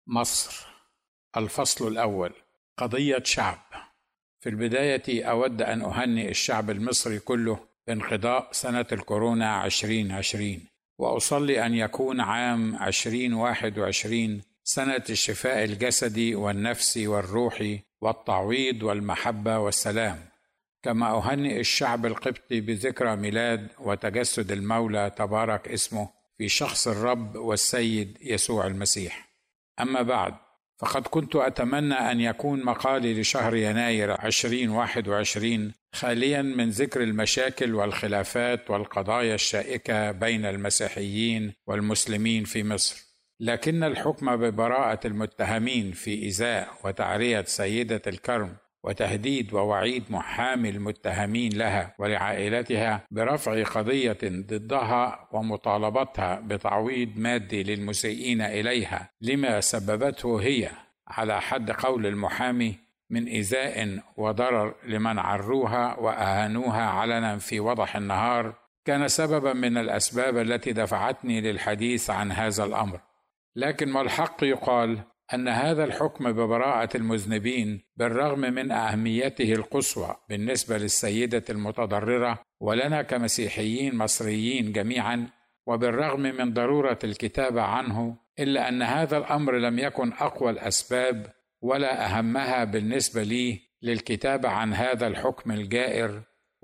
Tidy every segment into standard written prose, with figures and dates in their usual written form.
مصر. الفصل الأول: قضية شعب. في البداية أود أن أهنئ الشعب المصري كله بانقضاء سنة الكورونا 2020، وأصلي أن يكون عام 2021 سنة الشفاء الجسدي والنفسي والروحي والتعويض والمحبة والسلام. كما أهنئ الشعب القبطي بذكرى ميلاد وتجسد المولى تبارك اسمه في شخص الرب والسيد يسوع المسيح. أما بعد، فقد كنت أتمنى أن يكون مقالي لشهر يناير 2021 خاليا من ذكر المشاكل والخلافات والقضايا الشائكة بين المسيحيين والمسلمين في مصر، لكن الحكم ببراءة المتهمين في إزاء وتعرية سيدة الكرم وتهديد ووعيد محامي المتهمين لها ولعائلتها برفع قضية ضدها ومطالبتها بتعويض مادي للمسيئين إليها لما سببته هي، على حد قول المحامي، من إيذاء وضرر لمن عروها وأهانوها علنا في وضح النهار، كان سببا من الأسباب التي دفعتني للحديث عن هذا الأمر. لكن والحق يقال أن هذا الحكم ببراءة المذنبين بالرغم من أهميته القصوى بالنسبة للسيدة المتضررة ولنا كمسيحيين مصريين جميعا، وبالرغم من ضرورة الكتابة عنه، إلا أن هذا الأمر لم يكن أقوى الأسباب ولا أهمها بالنسبة لي للكتابة عن هذا الحكم الجائر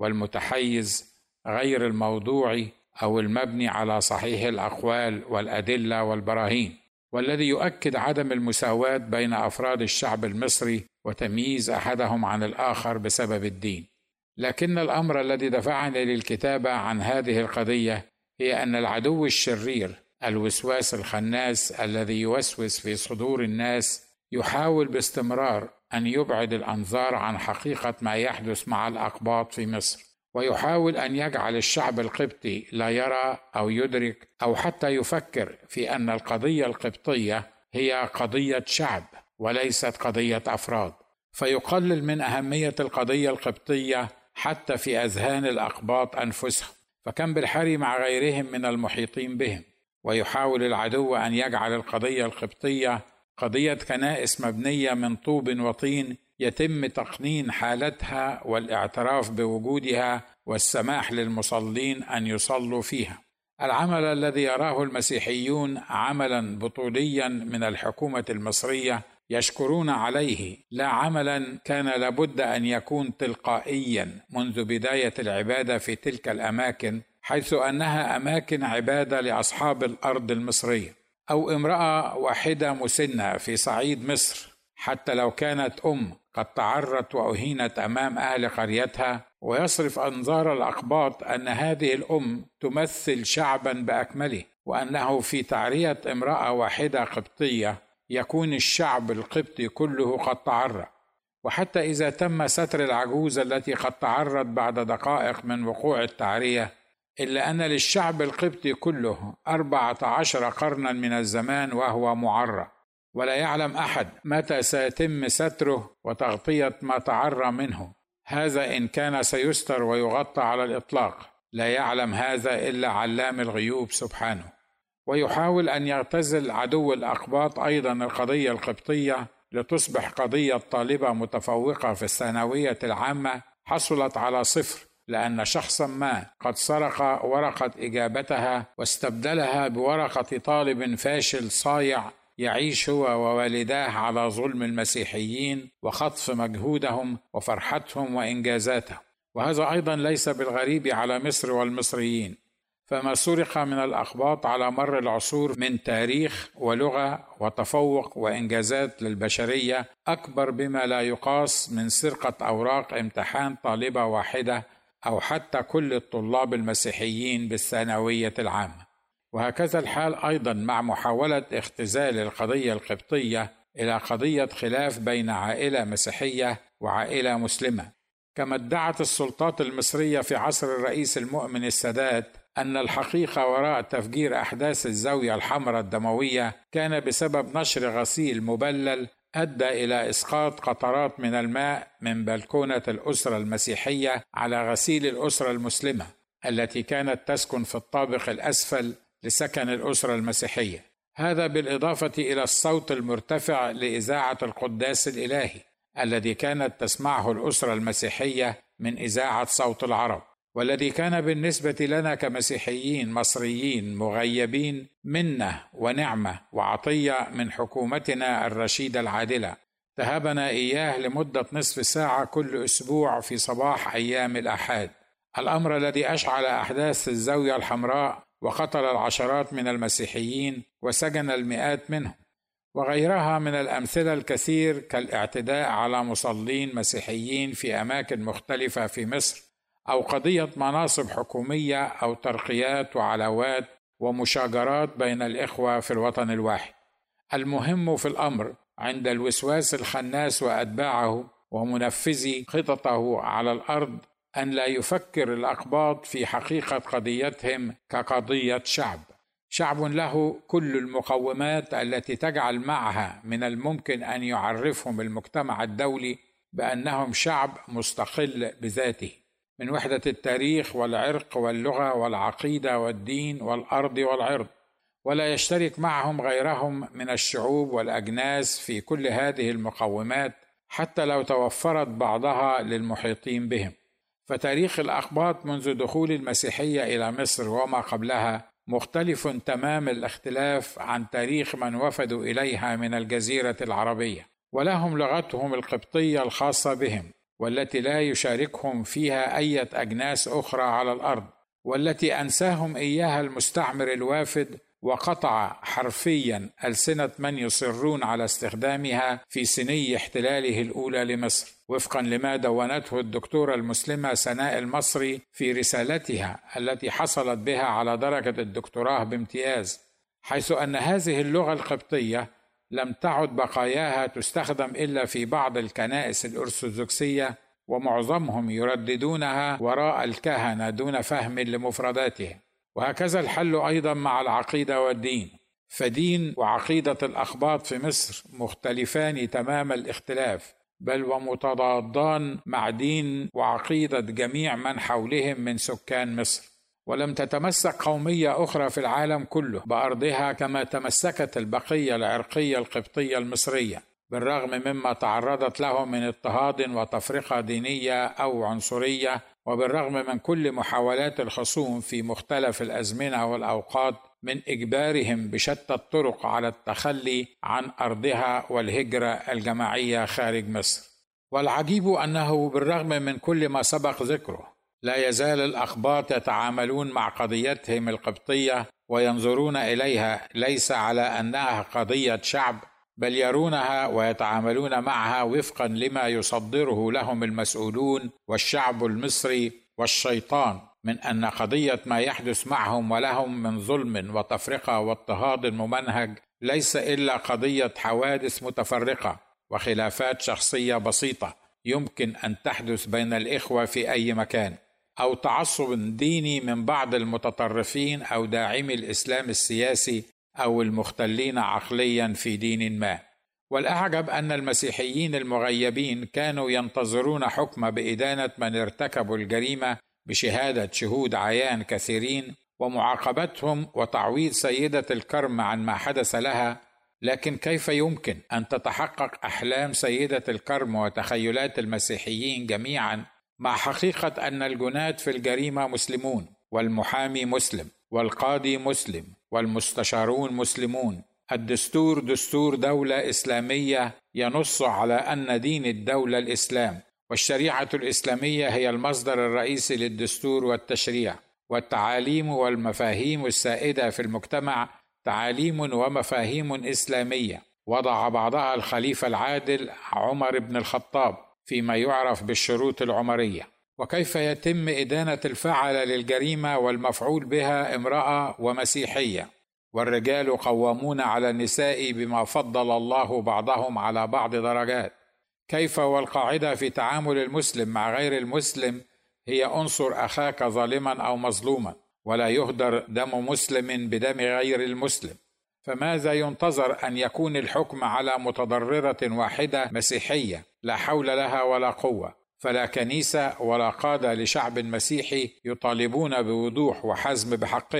والمتحيز غير الموضوعي أو المبني على صحيح الأقوال والأدلة والبراهين، والذي يؤكد عدم المساواة بين أفراد الشعب المصري وتمييز أحدهم عن الآخر بسبب الدين. لكن الأمر الذي دفعني للكتابة عن هذه القضية هي أن العدو الشرير الوسواس الخناس الذي يوسوس في صدور الناس يحاول باستمرار أن يبعد الأنظار عن حقيقة ما يحدث مع الأقباط في مصر، ويحاول أن يجعل الشعب القبطي لا يرى أو يدرك أو حتى يفكر في أن القضية القبطية هي قضية شعب وليست قضية أفراد، فيقلل من أهمية القضية القبطية حتى في أذهان الأقباط أنفسهم، فكم بالحري مع غيرهم من المحيطين بهم. ويحاول العدو أن يجعل القضية القبطية قضية كنائس مبنية من طوب وطين يتم تقنين حالتها والاعتراف بوجودها والسماح للمصلين أن يصلوا فيها، العمل الذي يراه المسيحيون عملا بطوليا من الحكومة المصرية يشكرون عليه، لا عملا كان لابد أن يكون تلقائيا منذ بداية العبادة في تلك الأماكن، حيث أنها أماكن عبادة لأصحاب الأرض المصرية، أو امرأة واحدة مسنة في صعيد مصر حتى لو كانت قد تعرت وأهينت أمام أهل قريتها، ويصرف أنظار الأقباط أن هذه تمثل شعبا بأكمله، وأنه في تعرية امرأة واحدة قبطية يكون الشعب القبطي كله قد تعرى. وحتى إذا تم ستر العجوز التي قد تعرت بعد دقائق من وقوع التعرية، إلا أن للشعب القبطي كله 14 قرنا من الزمان وهو معرى، ولا يعلم أحد متى سيتم ستره وتغطية ما تعرى منه، هذا إن كان سيستر ويغطى على الإطلاق، لا يعلم هذا إلا علام الغيوب سبحانه. ويحاول أن يغتزل عدو الأقباط أيضا القضية القبطية لتصبح قضية طالبة متفوقة في الثانوية العامة حصلت على 0 لأن شخصا ما قد سرق ورقة إجابتها واستبدلها بورقة طالب فاشل صايع يعيش هو ووالداه على ظلم المسيحيين وخطف مجهودهم وفرحتهم وإنجازاتهم. وهذا أيضا ليس بالغريب على مصر والمصريين، فما سرق من الأقباط على مر العصور من تاريخ ولغة وتفوق وإنجازات للبشرية أكبر بما لا يقاس من سرقة أوراق امتحان طالبة واحدة أو حتى كل الطلاب المسيحيين بالثانوية العامة. وهكذا الحال أيضا مع محاولة اختزال القضية القبطية إلى قضية خلاف بين عائلة مسيحية وعائلة مسلمة، كما ادعت السلطات المصرية في عصر الرئيس المؤمن السادات أن الحقيقة وراء تفجير أحداث الزاوية الحمراء الدموية كان بسبب نشر غسيل مبلل أدى إلى إسقاط قطرات من الماء من بلكونة الأسرة المسيحية على غسيل الأسرة المسلمة التي كانت تسكن في الطابق الأسفل لسكن الأسرة المسيحية. هذا بالإضافة إلى الصوت المرتفع لإذاعة القداس الإلهي الذي كانت تسمعه الأسرة المسيحية من إذاعة صوت العرب، والذي كان بالنسبة لنا كمسيحيين مصريين مغيبين منة ونعمة وعطية من حكومتنا الرشيدة العادلة، تهبنا إياه لمدة نصف ساعة كل أسبوع في صباح أيام الأحد، الأمر الذي أشعل أحداث الزاوية الحمراء وقتل العشرات من المسيحيين وسجن المئات منهم، وغيرها من الأمثلة الكثير كالاعتداء على مصلين مسيحيين في أماكن مختلفة في مصر، أو قضية مناصب حكومية أو ترقيات وعلاوات ومشاجرات بين الإخوة في الوطن الواحد. المهم في الأمر عند الوسواس الخناس وأتباعه ومنفذي خططه على الأرض أن لا يفكر الأقباط في حقيقة قضيتهم كقضية شعب له كل المقومات التي تجعل معها من الممكن أن يعرفهم المجتمع الدولي بأنهم شعب مستقل بذاته، من وحدة التاريخ والعرق واللغة والعقيدة والدين والأرض والعرض، ولا يشترك معهم غيرهم من الشعوب والأجناس في كل هذه المقومات حتى لو توفرت بعضها للمحيطين بهم. فتاريخ الأقباط منذ دخول المسيحية إلى مصر وما قبلها مختلف تمام الاختلاف عن تاريخ من وفدوا إليها من الجزيرة العربية، ولهم لغتهم القبطية الخاصة بهم، والتي لا يشاركهم فيها أي أجناس أخرى على الأرض، والتي أنساهم إياها المستعمر الوافد وقطع حرفيا ألسنة من يصرون على استخدامها في سني احتلاله الأولى لمصر، وفقا لما دونته الدكتورة المسلمة سناء المصري في رسالتها التي حصلت بها على درجة الدكتوراه بامتياز، حيث أن هذه اللغة القبطية لم تعد بقاياها تستخدم إلا في بعض الكنائس الأرثوذكسية، ومعظمهم يرددونها وراء الكهنة دون فهم لمفرداتها. وهكذا الحل أيضا مع العقيدة والدين، فدين وعقيدة الأقباط في مصر مختلفان تمام الاختلاف، بل ومتضادان مع دين وعقيدة جميع من حولهم من سكان مصر. ولم تتمسك قومية أخرى في العالم كله بأرضها كما تمسكت البقية العرقية القبطية المصرية، بالرغم مما تعرضت له من اضطهاد وتفرقة دينية أو عنصرية، وبالرغم من كل محاولات الخصوم في مختلف الأزمنة والأوقات من إجبارهم بشتى الطرق على التخلي عن أرضها والهجرة الجماعية خارج مصر. والعجيب أنه بالرغم من كل ما سبق ذكره لا يزال الأقباط يتعاملون مع قضيتهم القبطية وينظرون إليها ليس على أنها قضية شعب، بل يرونها ويتعاملون معها وفقا لما يصدره لهم المسؤولون والشعب المصري والشيطان من أن قضية ما يحدث معهم ولهم من ظلم وتفرقة واضطهاد ممنهج ليس إلا قضية حوادث متفرقة وخلافات شخصية بسيطة يمكن أن تحدث بين الإخوة في أي مكان، أو تعصب ديني من بعض المتطرفين أو داعمي الإسلام السياسي أو المختلين عقليا في دين ما. والأعجب أن المسيحيين المغيبين كانوا ينتظرون حكم بإدانة من ارتكبوا الجريمة بشهادة شهود عيان كثيرين ومعاقبتهم وتعويض سيدة الكرم عن ما حدث لها. لكن كيف يمكن أن تتحقق أحلام سيدة الكرم وتخيلات المسيحيين جميعا مع حقيقة أن الجناة في الجريمة مسلمون، والمحامي مسلم، والقاضي مسلم، والمستشارون مسلمون، الدستور دستور دولة إسلامية ينص على أن دين الدولة الإسلام، والشريعة الإسلامية هي المصدر الرئيسي للدستور والتشريع، والتعاليم والمفاهيم السائدة في المجتمع تعاليم ومفاهيم إسلامية وضع بعضها الخليفة العادل عمر بن الخطاب فيما يعرف بالشروط العمرية. وكيف يتم إدانة الفاعل للجريمة والمفعول بها امرأة ومسيحية، والرجال قوامون على النساء بما فضل الله بعضهم على بعض درجات؟ كيف والقاعدة في تعامل المسلم مع غير المسلم هي أنصر أخاك ظالما أو مظلوما، ولا يهدر دم مسلم بدم غير المسلم؟ فماذا ينتظر أن يكون الحكم على متضررة واحدة مسيحية لا حول لها ولا قوة، فلا كنيسة ولا قادة لشعب مسيحي يطالبون بوضوح وحزم بحقها؟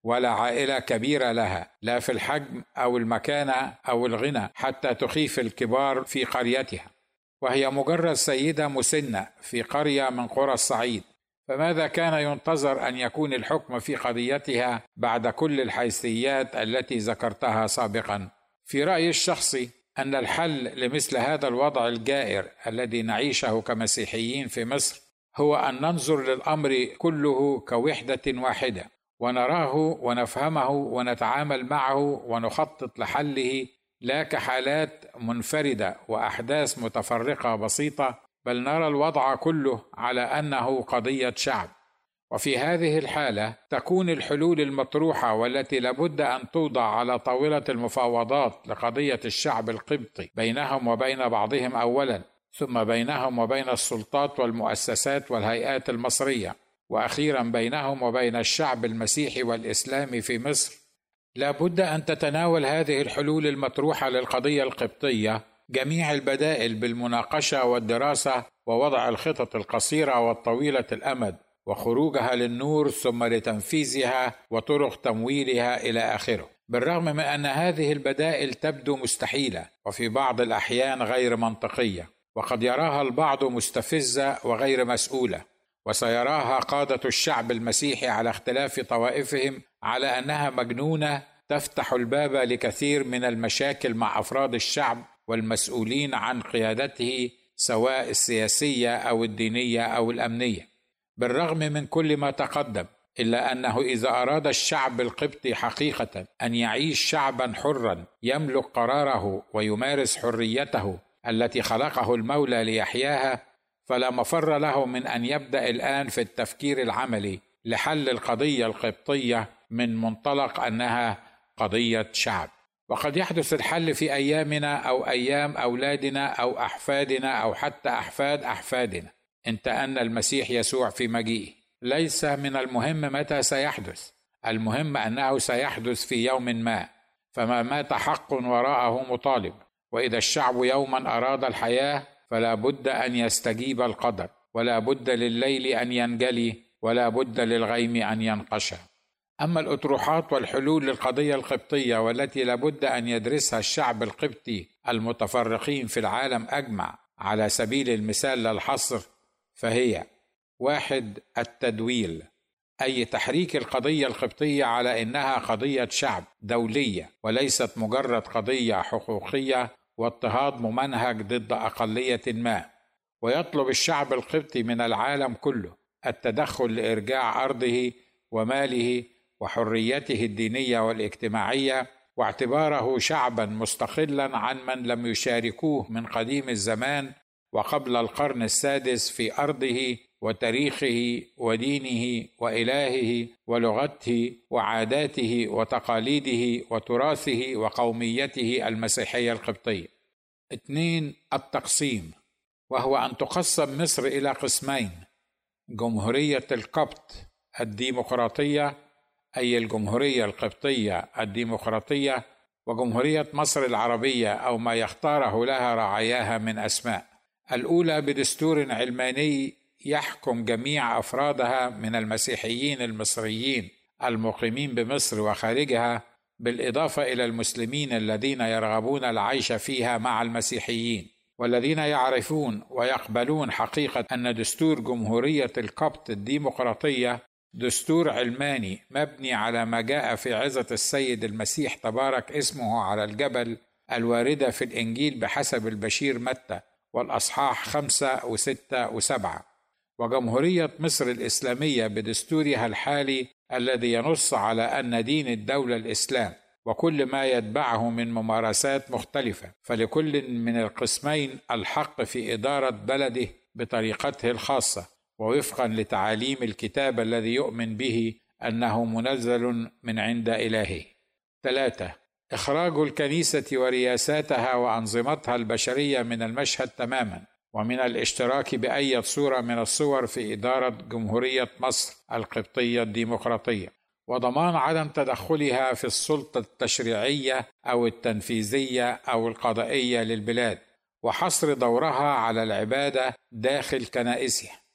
ولا عائلة كبيرة لها، لا في الحجم أو المكانة أو الغنى، حتى تخيف الكبار في قريتها، وهي مجرد سيدة مسنة في قرية من قرى الصعيد. فماذا كان ينتظر أن يكون الحكم في قضيتها بعد كل الحيثيات التي ذكرتها سابقا؟ في رأيي الشخصي أن الحل لمثل هذا الوضع الجائر الذي نعيشه كمسيحيين في مصر هو أن ننظر للأمر كله كوحدة واحدة، ونراه ونفهمه ونتعامل معه ونخطط لحله، لا كحالات منفردة وأحداث متفرقة بسيطة، بل نرى الوضع كله على أنه قضية شعب. وفي هذه الحالة تكون الحلول المطروحة والتي لابد أن توضع على طاولة المفاوضات لقضية الشعب القبطي بينهم وبين بعضهم أولا، ثم بينهم وبين السلطات والمؤسسات والهيئات المصرية، وأخيرا بينهم وبين الشعب المسيحي والإسلامي في مصر. لابد أن تتناول هذه الحلول المطروحة للقضية القبطية جميع البدائل بالمناقشة والدراسة ووضع الخطط القصيرة والطويلة الأمد وخروجها للنور ثم لتنفيذها وطرق تمويلها إلى آخره، بالرغم من أن هذه البدائل تبدو مستحيلة وفي بعض الأحيان غير منطقية، وقد يراها البعض مستفزة وغير مسؤولة، وسيراها قادة الشعب المسيحي على اختلاف طوائفهم على أنها مجنونة تفتح الباب لكثير من المشاكل مع أفراد الشعب والمسؤولين عن قيادته، سواء السياسية أو الدينية أو الأمنية. بالرغم من كل ما تقدم، إلا أنه إذا أراد الشعب القبطي حقيقة أن يعيش شعبا حرا يملك قراره ويمارس حريته التي خلقه المولى ليحياها، فلا مفر له من أن يبدأ الآن في التفكير العملي لحل القضية القبطية من منطلق أنها قضية شعب. وقد يحدث الحل في أيامنا أو أيام أولادنا أو أحفادنا أو حتى أحفاد أحفادنا، إن تأنى المسيح يسوع في مجيئه. ليس من المهم متى سيحدث، المهم أنه سيحدث في يوم ما، فما مات حق وراءه مطالب. وإذا الشعب يوما أراد الحياة فلا بد أن يستجيب القدر، ولا بد لليل أن ينجلي، ولا بد للغيم أن ينقشع. أما الأطروحات والحلول للقضية القبطية والتي لابد أن يدرسها الشعب القبطي المتفرقين في العالم أجمع على سبيل المثال لا الحصر، فهي: 1. التدويل، أي تحريك القضية القبطية على إنها قضية شعب دولية وليست مجرد قضية حقوقية واضطهاد ممنهج ضد أقلية ما. ويطلب الشعب القبطي من العالم كله التدخل لإرجاع أرضه وماله وحريته الدينية والاجتماعية، واعتباره شعبا مستقلا عن من لم يشاركوه من قديم الزمان وقبل القرن السادس في أرضه وتاريخه ودينه وإلهه ولغته وعاداته وتقاليده وتراثه وقوميته المسيحية القبطية. 2. التقسيم، وهو أن تقسم مصر إلى قسمين: جمهورية القبط الديمقراطية، أي الجمهورية القبطية الديمقراطية، وجمهورية مصر العربية أو ما يختاره لها رعاياها من أسماء. الأولى بدستور علماني يحكم جميع أفرادها من المسيحيين المصريين المقيمين بمصر وخارجها، بالإضافة إلى المسلمين الذين يرغبون العيش فيها مع المسيحيين، والذين يعرفون ويقبلون حقيقة أن دستور جمهورية القبط الديمقراطية دستور علماني مبني على ما جاء في عظة السيد المسيح تبارك اسمه على الجبل الواردة في الإنجيل بحسب البشير متى والأصحاح 5 و6 و7. وجمهورية مصر الإسلامية بدستورها الحالي الذي ينص على أن دين الدولة الإسلام وكل ما يتبعه من ممارسات مختلفة، فلكل من القسمين الحق في إدارة بلده بطريقته الخاصة ووفقا لتعاليم الكتاب الذي يؤمن به أنه منزل من عند إلهه. 3. إخراج الكنيسة ورياساتها وأنظمتها البشرية من المشهد تماما ومن الاشتراك بأي صورة من الصور في إدارة جمهورية مصر القبطية الديمقراطية، وضمان عدم تدخلها في السلطة التشريعية أو التنفيذية أو القضائية للبلاد، وحصر دورها على العبادة داخل كنائسها.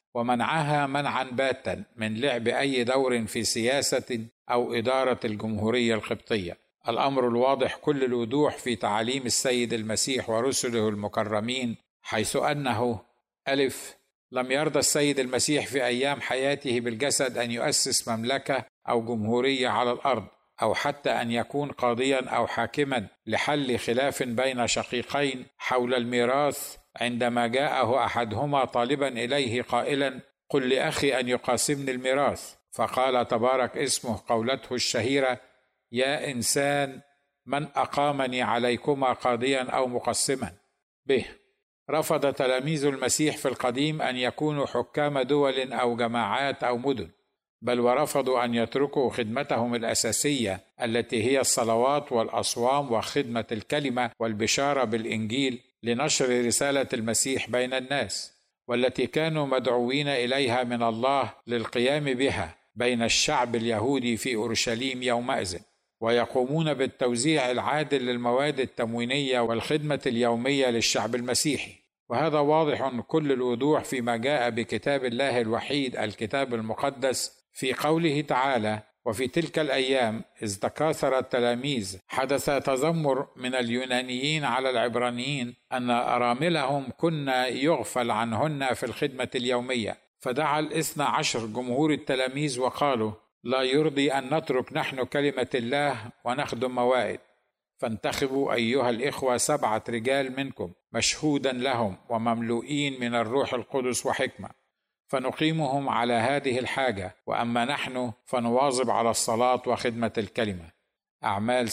ومنعها منعا باتا من لعب أي دور في سياسة أو إدارة الجمهورية القبطية. الأمر الواضح كل الوضوح في تعاليم السيد المسيح ورسله المكرمين، حيث أنه: ألف، لم يرضى السيد المسيح في أيام حياته بالجسد أن يؤسس مملكة أو جمهورية على الأرض، أو حتى أن يكون قاضيا أو حاكما لحل خلاف بين شقيقين حول الميراث، عندما جاءه أحدهما طالبا إليه قائلا: قل لأخي أن يقاسمني الميراث، فقال تبارك اسمه قولته الشهيرة: يا إنسان، من أقامني عليكما قاضيا أو مقسما؟ به، رفض تلاميذ المسيح في القديم أن يكونوا حكام دول أو جماعات أو مدن، بل ورفضوا أن يتركوا خدمتهم الأساسية التي هي الصلوات والأصوام وخدمة الكلمة والبشارة بالإنجيل لنشر رسالة المسيح بين الناس، والتي كانوا مدعوين إليها من الله للقيام بها بين الشعب اليهودي في أورشليم يومئذ، ويقومون بالتوزيع العادل للمواد التموينية والخدمة اليومية للشعب المسيحي. وهذا واضح كل الوضوح فيما جاء بكتاب الله الوحيد الكتاب المقدس في قوله تعالى: وفي تلك الأيام إذ تكاثر التلاميذ حدث تذمر من اليونانيين على العبرانيين أن أراملهم كنا يغفل عنهن في الخدمة اليومية، فدعا 12 جمهور التلاميذ وقالوا: لا يرضي أن نترك نحن كلمة الله ونخدم موائد، فانتخبوا أيها الإخوة 7 رجال منكم مشهودا لهم ومملوئين من الروح القدس وحكمة، فنقيمهم على هذه الحاجة، وأما نحن فنواظب على الصلاة وخدمة الكلمة. أعمال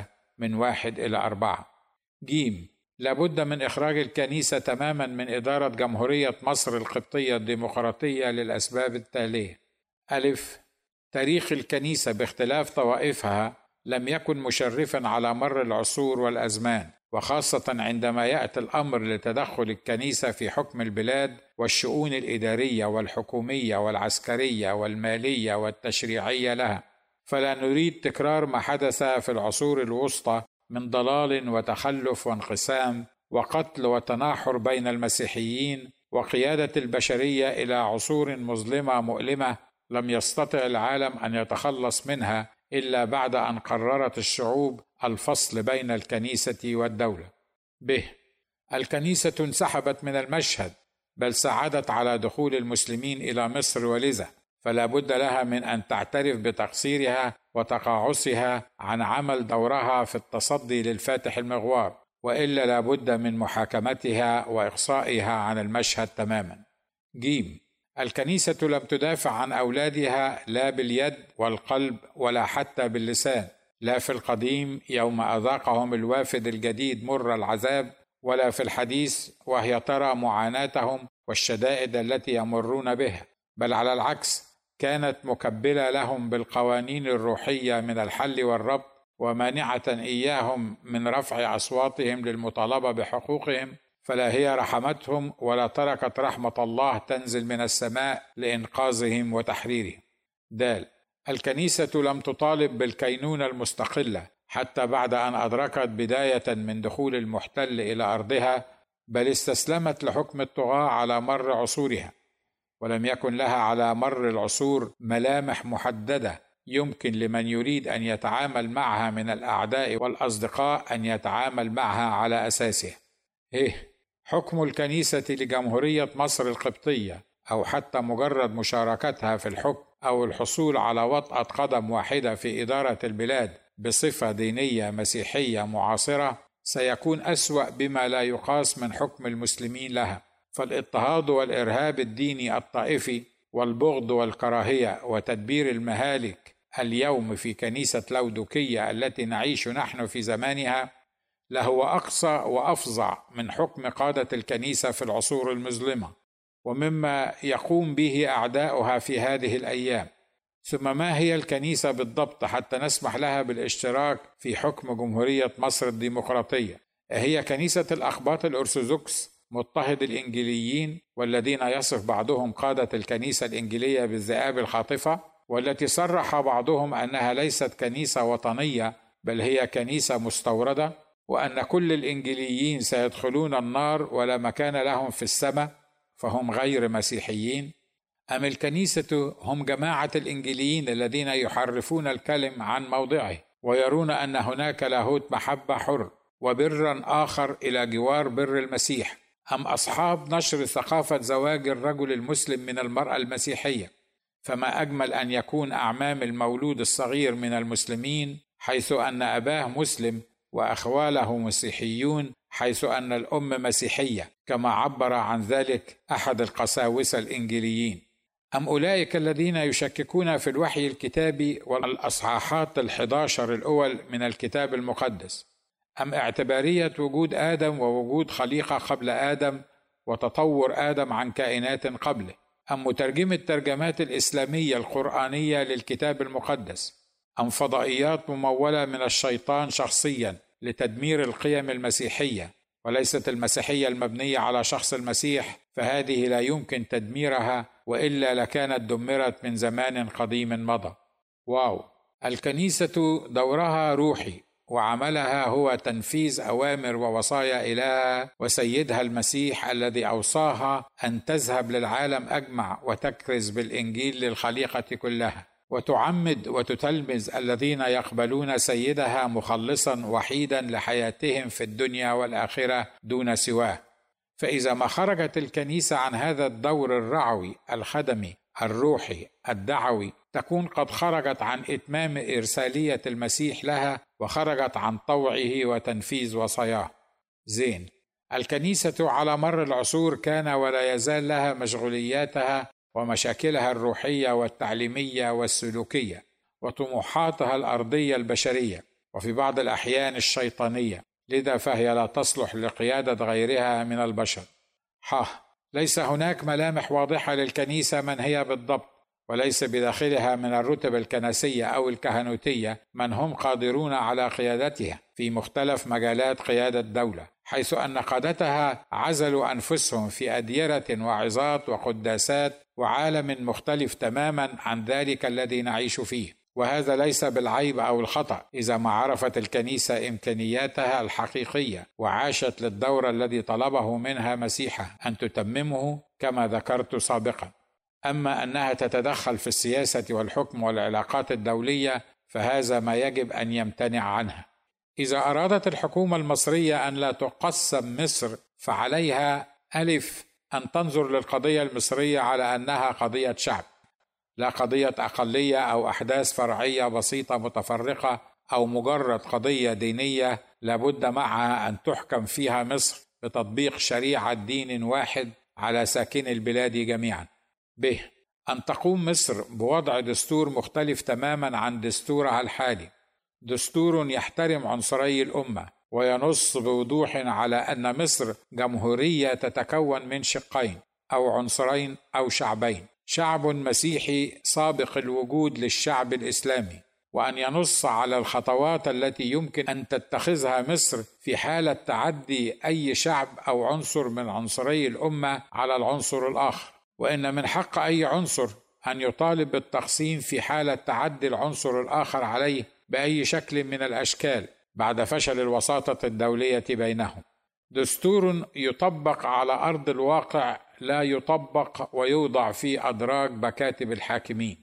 6:1-4. جيم، لابد من إخراج الكنيسة تماما من إدارة جمهورية مصر القبطية الديمقراطية للأسباب التالية: ألف، تاريخ الكنيسة باختلاف طوائفها لم يكن مشرفا على مر العصور والأزمان، وخاصة عندما يأتي الأمر لتدخل الكنيسة في حكم البلاد والشؤون الإدارية والحكومية والعسكرية والمالية والتشريعية لها. فلا نريد تكرار ما حدث في العصور الوسطى من ضلال وتخلف وانقسام وقتل وتناحر بين المسيحيين، وقيادة البشرية إلى عصور مظلمة مؤلمة لم يستطع العالم أن يتخلص منها إلا بعد أن قررت الشعوب الفصل بين الكنيسة والدولة. به، الكنيسة انسحبت من المشهد، بل ساعدت على دخول المسلمين إلى مصر، ولذا فلا بد لها من أن تعترف بتقصيرها وتقاعسها عن عمل دورها في التصدي للفاتح المغوار، وإلا لا بد من محاكمتها وإقصائها عن المشهد تماما. جيم، الكنيسة لم تدافع عن أولادها لا باليد والقلب ولا حتى باللسان، لا في القديم يوم أذاقهم الوافد الجديد مر العذاب، ولا في الحديث وهي ترى معاناتهم والشدائد التي يمرون بها، بل على العكس كانت مكبلة لهم بالقوانين الروحية من الحل والربط، ومانعة إياهم من رفع أصواتهم للمطالبة بحقوقهم، فلا هي رحمتهم ولا تركت رحمة الله تنزل من السماء لإنقاذهم وتحريرهم. د، الكنيسة لم تطالب بالكينونة المستقلة حتى بعد أن أدركت بداية من دخول المحتل إلى أرضها، بل استسلمت لحكم الطغاة على مر عصورها، ولم يكن لها على مر العصور ملامح محددة يمكن لمن يريد أن يتعامل معها من الأعداء والأصدقاء أن يتعامل معها على أساسها. حكم الكنيسة لجمهورية مصر القبطية أو حتى مجرد مشاركتها في الحكم أو الحصول على وطأة قدم واحدة في إدارة البلاد بصفة دينية مسيحية معاصرة سيكون أسوأ بما لا يقاس من حكم المسلمين لها. فالاضطهاد والإرهاب الديني الطائفي والبغض والكراهية وتدبير المهالك اليوم في كنيسة لودوكية التي نعيش نحن في زمانها لهو أقصى وأفظع من حكم قادة الكنيسة في العصور المظلمة، ومما يقوم به أعداؤها في هذه الأيام. ثم ما هي الكنيسة بالضبط حتى نسمح لها بالاشتراك في حكم جمهورية مصر الديمقراطية؟ هي كنيسة الأقباط الأرثوذكس مضطهد الإنجيليين، والذين يصف بعضهم قادة الكنيسة الإنجيلية بالذئاب الخاطفة، والتي صرح بعضهم أنها ليست كنيسة وطنية بل هي كنيسة مستوردة، وأن كل الإنجيليين سيدخلون النار ولا مكان لهم في السماء، فهم غير مسيحيين. أم الكنيسة هم جماعة الإنجيليين الذين يحرفون الكلم عن موضعه ويرون أن هناك لاهوت محبة حر وبرا آخر إلى جوار بر المسيح؟ أم أصحاب نشر ثقافة زواج الرجل المسلم من المرأة المسيحية؟ فما أجمل أن يكون أعمام المولود الصغير من المسلمين حيث أن أباه مسلم وأخواله مسيحيون، حيث أن الأم مسيحية كما عبر عن ذلك أحد القساوسة الإنجيليين. أم أولئك الذين يشككون في الوحي الكتابي والأصحاحات 11 الأول من الكتاب المقدس؟ أم اعتبارية وجود آدم ووجود خليقة قبل آدم وتطور آدم عن كائنات قبله؟ أم مترجمة الترجمات الإسلامية القرآنية للكتاب المقدس؟ أم فضائيات ممولة من الشيطان شخصيا لتدمير القيم المسيحية وليست المسيحية المبنية على شخص المسيح؟ فهذه لا يمكن تدميرها، وإلا لكانت دمرت من زمان قديم مضى. واو! الكنيسة دورها روحي، وعملها هو تنفيذ أوامر ووصايا إلهها وسيدها المسيح الذي أوصاها أن تذهب للعالم أجمع وتكرز بالإنجيل للخليقة كلها، وتعمد وتتلمذ الذين يقبلون سيدها مخلصا وحيدا لحياتهم في الدنيا والآخرة دون سواه. فإذا ما خرجت الكنيسة عن هذا الدور الرعوي الخدمي الروحي الدعوي، تكون قد خرجت عن إتمام إرسالية المسيح لها وخرجت عن طوعه وتنفيذ وصاياه. زين، الكنيسة على مر العصور كان ولا يزال لها مشغولياتها ومشاكلها الروحية والتعليمية والسلوكية وطموحاتها الأرضية البشرية وفي بعض الأحيان الشيطانية، لذا فهي لا تصلح لقيادة غيرها من البشر. ليس هناك ملامح واضحة للكنيسة من هي بالضبط، وليس بداخلها من الرتب الكنسية أو الكهنوتية من هم قادرون على قيادتها في مختلف مجالات قيادة الدولة، حيث أن قادتها عزلوا أنفسهم في أديرة وعظات وقداسات وعالم مختلف تماما عن ذلك الذي نعيش فيه. وهذا ليس بالعيب أو الخطأ إذا ما عرفت الكنيسة إمكانياتها الحقيقية وعاشت للدور الذي طلبه منها مسيحها أن تتممه كما ذكرت سابقا. أما أنها تتدخل في السياسة والحكم والعلاقات الدولية فهذا ما يجب أن يمتنع عنها. إذا أرادت الحكومة المصرية أن لا تقسم مصر فعليها أن تنظر للقضية المصرية على أنها قضية شعب، لا قضية أقلية أو أحداث فرعية بسيطة متفرقة أو مجرد قضية دينية لابد معها أن تحكم فيها مصر بتطبيق شريعة دين واحد على ساكني البلاد جميعا. أن تقوم مصر بوضع دستور مختلف تماما عن دستورها الحالي، دستور يحترم عنصري الأمة وينص بوضوح على أن مصر جمهورية تتكون من شقين أو عنصرين أو شعبين، شعب مسيحي سابق الوجود للشعب الإسلامي، وأن ينص على الخطوات التي يمكن أن تتخذها مصر في حالة تعدي أي شعب أو عنصر من عنصري الأمة على العنصر الآخر، وإن من حق أي عنصر أن يطالب بالتقسيم في حالة تعدي العنصر الآخر عليه بأي شكل من الأشكال بعد فشل الوساطة الدولية بينهم. دستور يطبق على أرض الواقع، لا يطبق ويوضع في أدراج مكاتب الحاكمين.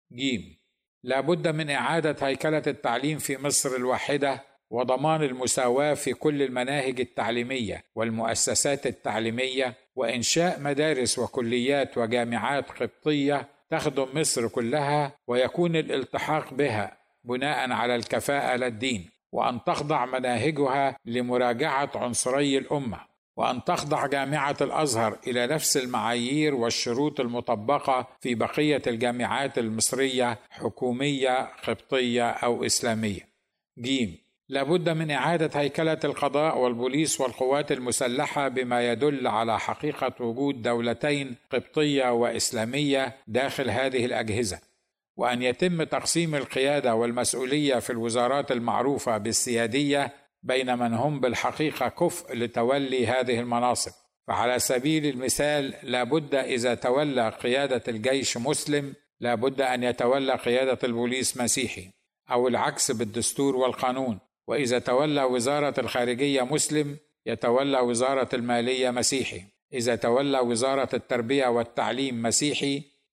لا بد من إعادة هيكلة التعليم في مصر الواحدة وضمان المساواة في كل المناهج التعليمية والمؤسسات التعليمية، وإنشاء مدارس وكليات وجامعات قبطية تخدم مصر كلها ويكون الالتحاق بها بناء على الكفاءة للدين، وأن تخضع مناهجها لمراجعة عنصري الأمة، وأن تخضع جامعة الأزهر إلى نفس المعايير والشروط المطبقة في بقية الجامعات المصرية حكومية قبطية أو إسلامية. لابد من إعادة هيكلة القضاء والبوليس والقوات المسلحة بما يدل على حقيقة وجود دولتين قبطية وإسلامية داخل هذه الأجهزة، وأن يتم تقسيم القيادة والمسؤولية في الوزارات المعروفة بالسيادية بين من هم بالحقيقة كفء لتولي هذه المناصب. فعلى سبيل المثال لابد إذا تولى قيادة الجيش مسلم لابد أن يتولى قيادة البوليس مسيحي، أو العكس بالدستور والقانون. وإذا تولى وزارة الخارجية مسلم يتولى وزارة المالية مسيحي، إذا تولى وزارة التربية والتعليم مسيحي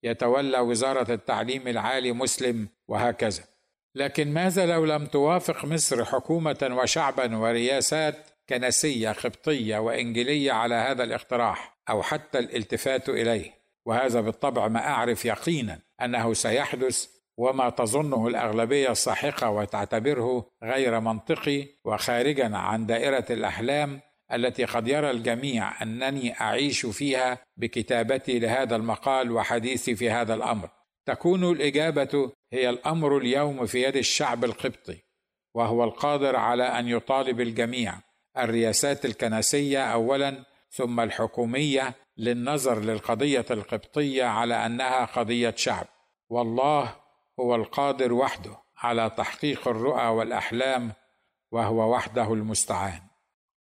يتولى وزارة التعليم العالي مسلم، وهكذا. لكن ماذا لو لم توافق مصر حكومة وشعبا ورياسات كنسية قبطية وإنجيلية على هذا الاقتراح أو حتى الالتفات إليه؟ وهذا بالطبع ما أعرف يقينا أنه سيحدث، وما تظنه الأغلبية الساحقة وتعتبره غير منطقي وخارجا عن دائرة الأحلام التي قد يرى الجميع أنني أعيش فيها بكتابتي لهذا المقال وحديثي في هذا الأمر. تكون الإجابة هي الأمر اليوم في يد الشعب القبطي، وهو القادر على أن يطالب الجميع، الرياسات الكنسية أولا ثم الحكومية، للنظر للقضية القبطية على أنها قضية شعب. والله هو القادر وحده على تحقيق الرؤى والأحلام، وهو وحده المستعان.